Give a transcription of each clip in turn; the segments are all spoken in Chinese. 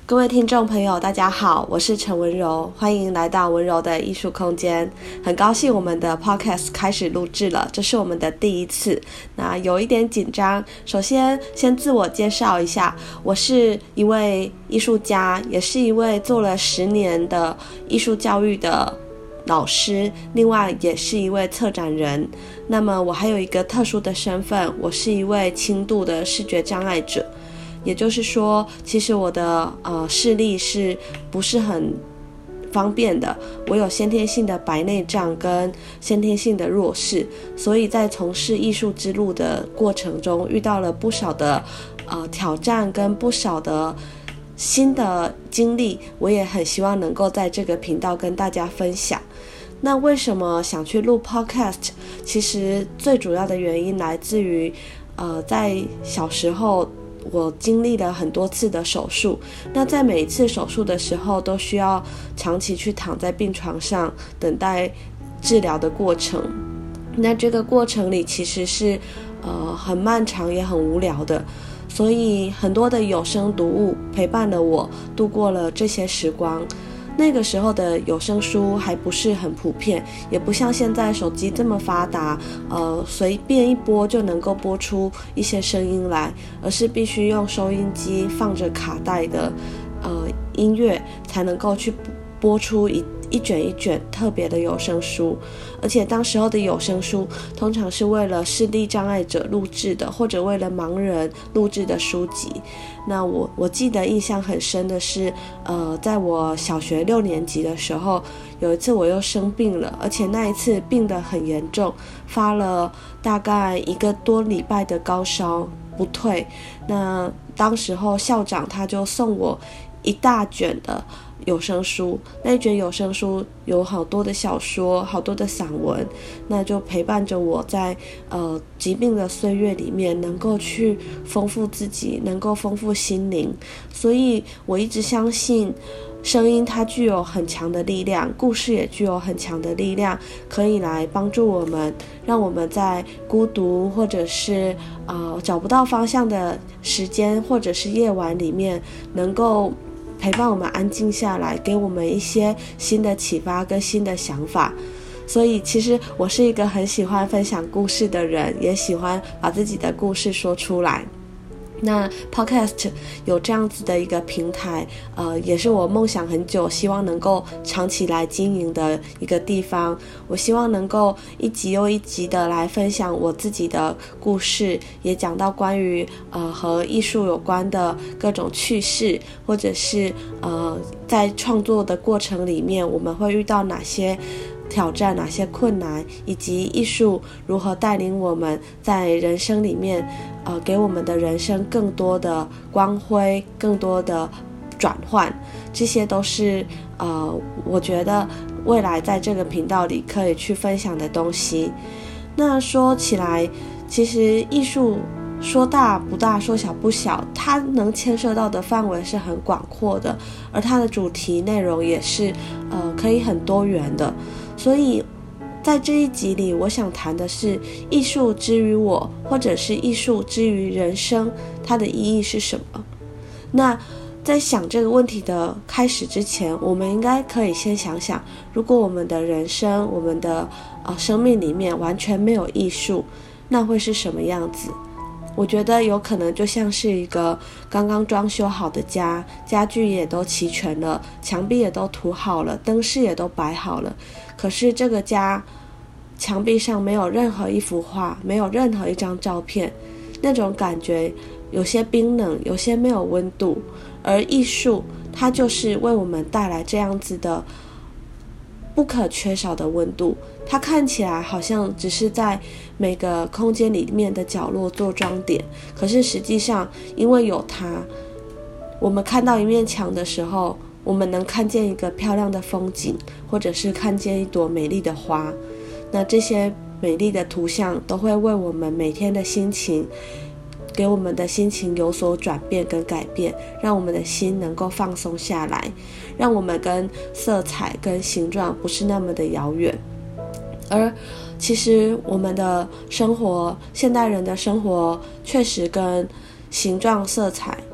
各位听众朋友大家好，我是陈文柔，欢迎来到文柔的艺术空间。很高兴我们的 podcast 开始录制了，这是我们的第一次，那有一点紧张。首先自我介绍一下，我是一位艺术家，也是一位做了10年的艺术教育的老师，另外也是一位策展人。那么我还有一个特殊的身份，我是一位轻度的视觉障碍者，也就是说其实我的视力是不是很方便的，我有先天性的白内障跟先天性的弱视，所以在从事艺术之路的过程中遇到了不少的挑战跟不少的新的经历，我也很希望能够在这个频道跟大家分享。那为什么想去录 podcast？ 其实最主要的原因来自于在小时候我经历了很多次的手术，那在每一次手术的时候都需要长期去躺在病床上等待治疗的过程。那这个过程里其实是很漫长也很无聊的，所以很多的有声读物陪伴了我度过了这些时光。那个时候的有声书还不是很普遍，也不像现在手机这么发达，随便一播就能够播出一些声音来，而是必须用收音机放着卡带的音乐才能够去播出一卷一卷特别的有声书。而且当时候的有声书通常是为了视力障碍者录制的，或者为了盲人录制的书籍。那我记得印象很深的是在我小学6年级的时候，有一次我又生病了，而且那一次病得很严重，发了大概1个多礼拜的高烧不退。那当时候校长他就送我一大卷的有声书，那一卷有声书有好多的小说，好多的散文，那就陪伴着我在疾病的岁月里面能够去丰富自己，能够丰富心灵。所以我一直相信声音它具有很强的力量，故事也具有很强的力量，可以来帮助我们，让我们在孤独或者是找不到方向的时间或者是夜晚里面，能够陪伴我们安静下来，给我们一些新的启发跟新的想法。所以其实我是一个很喜欢分享故事的人，也喜欢把自己的故事说出来。那 podcast 有这样子的一个平台，也是我梦想很久，希望能够长期来经营的一个地方。我希望能够一集又一集的来分享我自己的故事，也讲到关于和艺术有关的各种趣事，或者是在创作的过程里面我们会遇到哪些挑战，哪些困难，以及艺术如何带领我们在人生里面给我们的人生更多的光辉，更多的转换。这些都是我觉得未来在这个频道里可以去分享的东西。那说起来，其实艺术说大不大，说小不小，它能牵涉到的范围是很广阔的，而它的主题内容也是可以很多元的。所以在这一集里，我想谈的是艺术之于我，或者是艺术之于人生，它的意义是什么。那在想这个问题的开始之前，我们应该可以先想想，如果我们的人生，我们的生命里面完全没有艺术，那会是什么样子？我觉得有可能就像是一个刚刚装修好的家，家具也都齐全了，墙壁也都涂好了，灯饰也都摆好了，可是这个家墙壁上没有任何一幅画，没有任何一张照片，那种感觉有些冰冷，有些没有温度。而艺术它就是为我们带来这样子的不可缺少的温度。它看起来好像只是在每个空间里面的角落做装点，可是实际上因为有它，我们看到一面墙的时候，我们能看见一个漂亮的风景，或者是看见一朵美丽的花。那这些美丽的图像都会为我们每天的心情，给我们的心情有所转变跟改变，让我们的心能够放松下来，让我们跟色彩跟形状不是那么的遥远。而其实我们的生活，现代人的生活确实跟形状色彩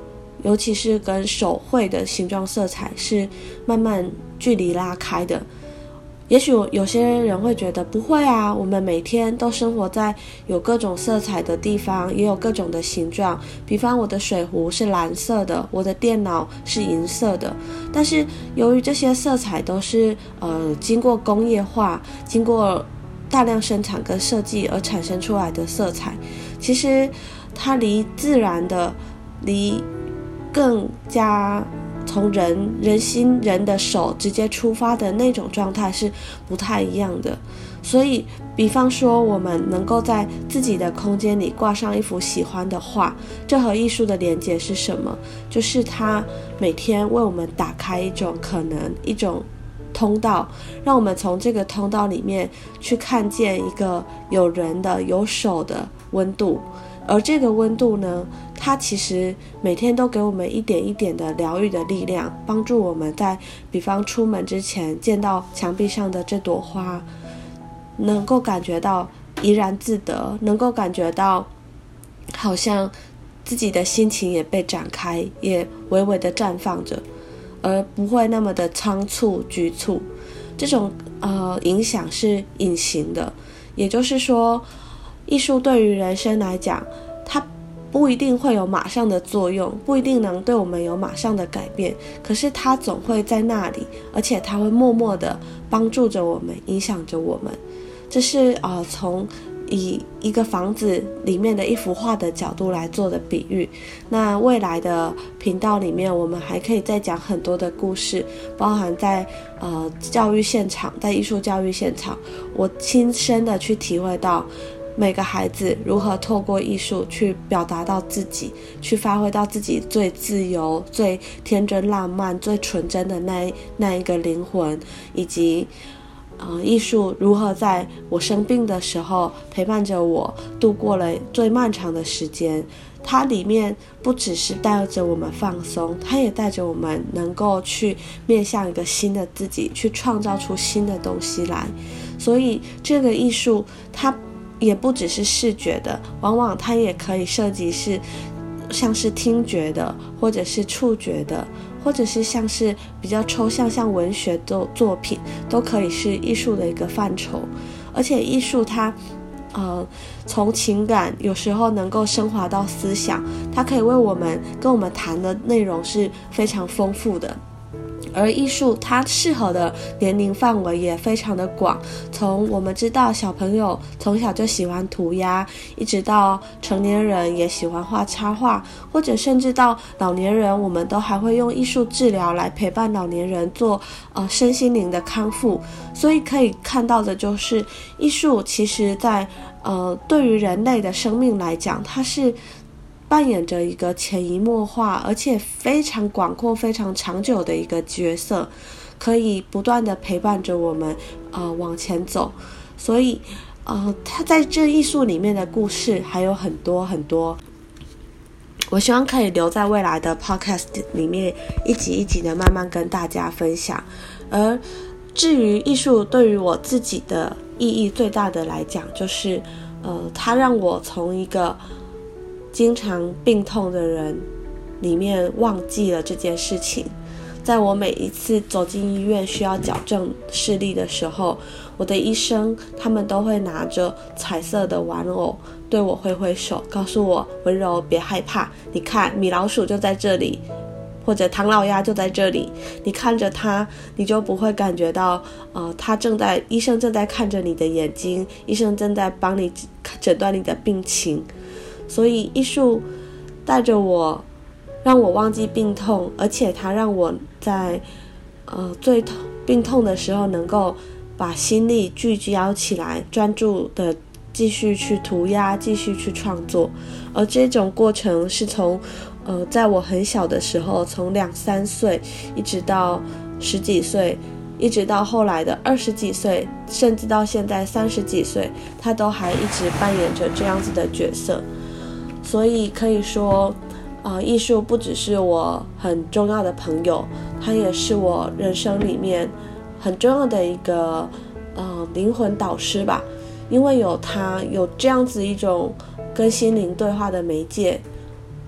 尤其是跟手绘的形状色彩是慢慢距离拉开的。也许有些人会觉得不会啊，我们每天都生活在有各种色彩的地方，也有各种的形状，比方我的水壶是蓝色的，我的电脑是银色的，但是由于这些色彩都是经过工业化，经过大量生产跟设计而产生出来的色彩，其实它离自然的，离更加从人心人的手直接出发的那种状态是不太一样的。所以比方说我们能够在自己的空间里挂上一幅喜欢的画，这和艺术的连结是什么？就是它每天为我们打开一种可能，一种通道，让我们从这个通道里面去看见一个有人的有手的温度。而这个温度呢，它其实每天都给我们一点一点的疗愈的力量，帮助我们在比方出门之前见到墙壁上的这朵花，能够感觉到怡然自得，能够感觉到好像自己的心情也被展开，也微微的绽放着，而不会那么的仓促局促。这种影响是隐形的，也就是说艺术对于人生来讲，它不一定会有马上的作用，不一定能对我们有马上的改变，可是它总会在那里，而且它会默默的帮助着我们，影响着我们。这是从以一个房子里面的一幅画的角度来做的比喻。那未来的频道里面，我们还可以再讲很多的故事，包含在教育现场，在艺术教育现场，我亲身的去体会到每个孩子如何透过艺术去表达到自己，去发挥到自己最自由、最天真烂漫、最纯真的那一个灵魂，以及艺术如何在我生病的时候陪伴着我度过了最漫长的时间。它里面不只是带着我们放松，它也带着我们能够去面向一个新的自己，去创造出新的东西来。所以这个艺术它也不只是视觉的，往往它也可以涉及是像是听觉的，或者是触觉的，或者是像是比较抽象像文学的作品，都可以是艺术的一个范畴。而且艺术它从情感有时候能够升华到思想，它可以为我们跟我们谈的内容是非常丰富的。而艺术它适合的年龄范围也非常的广，从我们知道小朋友从小就喜欢涂鸦，一直到成年人也喜欢画插画，或者甚至到老年人，我们都还会用艺术治疗来陪伴老年人做身心灵的康复。所以可以看到的就是艺术其实在对于人类的生命来讲，它是扮演着一个潜移默化而且非常广阔非常长久的一个角色，可以不断的陪伴着我们往前走。所以它在这艺术里面的故事还有很多很多，我希望可以留在未来的 podcast 里面一集一集的慢慢跟大家分享。而至于艺术对于我自己的意义最大的来讲，就是它让我从一个经常病痛的人里面忘记了这件事情。在我每一次走进医院需要矫正视力的时候，我的医生他们都会拿着彩色的玩偶对我挥挥手，告诉我温柔别害怕，你看米老鼠就在这里，或者唐老鸭就在这里，你看着它，你就不会感觉到医生正在看着你的眼睛，医生正在帮你诊断你的病情。所以艺术带着我，让我忘记病痛，而且它让我在最病痛的时候能够把心力聚焦起来，专注的继续去涂鸦，继续去创作。而这种过程是从在我很小的时候，从2-3岁一直到10几岁，一直到后来的20几岁，甚至到现在30几岁，他都还一直扮演着这样子的角色。所以可以说艺术不只是我很重要的朋友，它也是我人生里面很重要的一个灵魂导师吧。因为有它，有这样子一种跟心灵对话的媒介，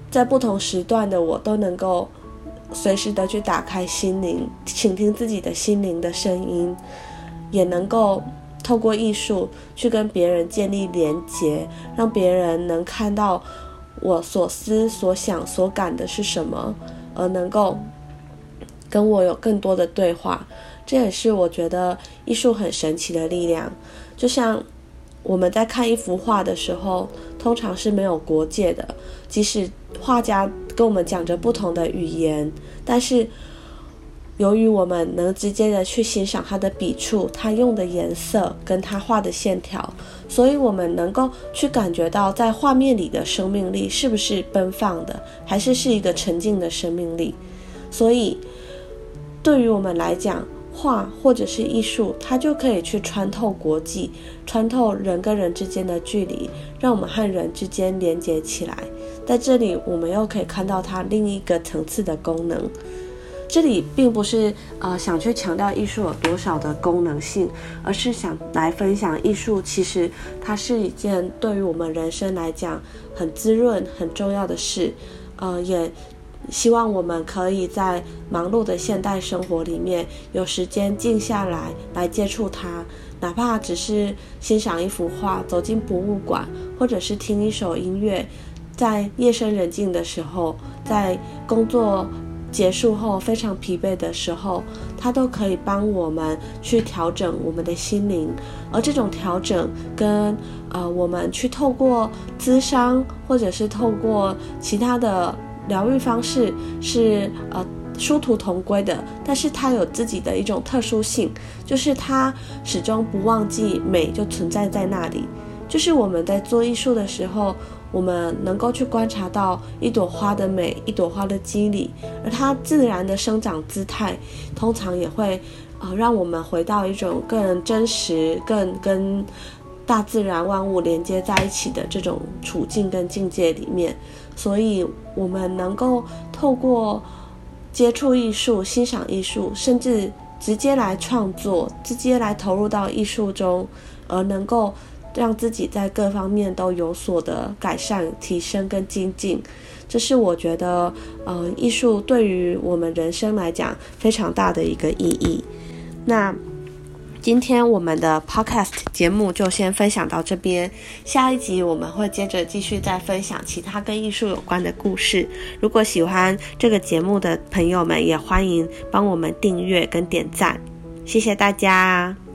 在不同时段的我都能够随时的去打开心灵，倾听自己的心灵的声音，也能够透过艺术去跟别人建立连结，让别人能看到我所思所想所感的是什么，而能够跟我有更多的对话。这也是我觉得艺术很神奇的力量。就像我们在看一幅画的时候，通常是没有国界的，即使画家跟我们讲着不同的语言，但是由于我们能直接的去欣赏他的笔触，他用的颜色跟他画的线条，所以我们能够去感觉到在画面里的生命力是不是奔放的，还是一个沉静的生命力。所以对于我们来讲，画或者是艺术，它就可以去穿透国际，穿透人跟人之间的距离，让我们和人之间连接起来。在这里我们又可以看到它另一个层次的功能。这里并不是想去强调艺术有多少的功能性，而是想来分享艺术其实它是一件对于我们人生来讲很滋润很重要的事。也希望我们可以在忙碌的现代生活里面有时间静下来接触它，哪怕只是欣赏一幅画，走进博物馆，或者是听一首音乐，在夜深人静的时候，在工作结束后非常疲惫的时候，它都可以帮我们去调整我们的心灵。而这种调整跟我们去透过諮商或者是透过其他的疗愈方式是殊途同归的，但是它有自己的一种特殊性，就是它始终不忘记美就存在在那里。就是我们在做艺术的时候，我们能够去观察到一朵花的美，一朵花的肌理，而它自然的生长姿态通常也会让我们回到一种更真实更跟大自然万物连接在一起的这种处境跟境界里面。所以我们能够透过接触艺术，欣赏艺术，甚至直接来创作，直接来投入到艺术中，而能够让自己在各方面都有所的改善提升跟精进。这是我觉得艺术对于我们人生来讲非常大的一个意义。那今天我们的 podcast 节目就先分享到这边，下一集我们会接着继续再分享其他跟艺术有关的故事。如果喜欢这个节目的朋友们，也欢迎帮我们订阅跟点赞，谢谢大家。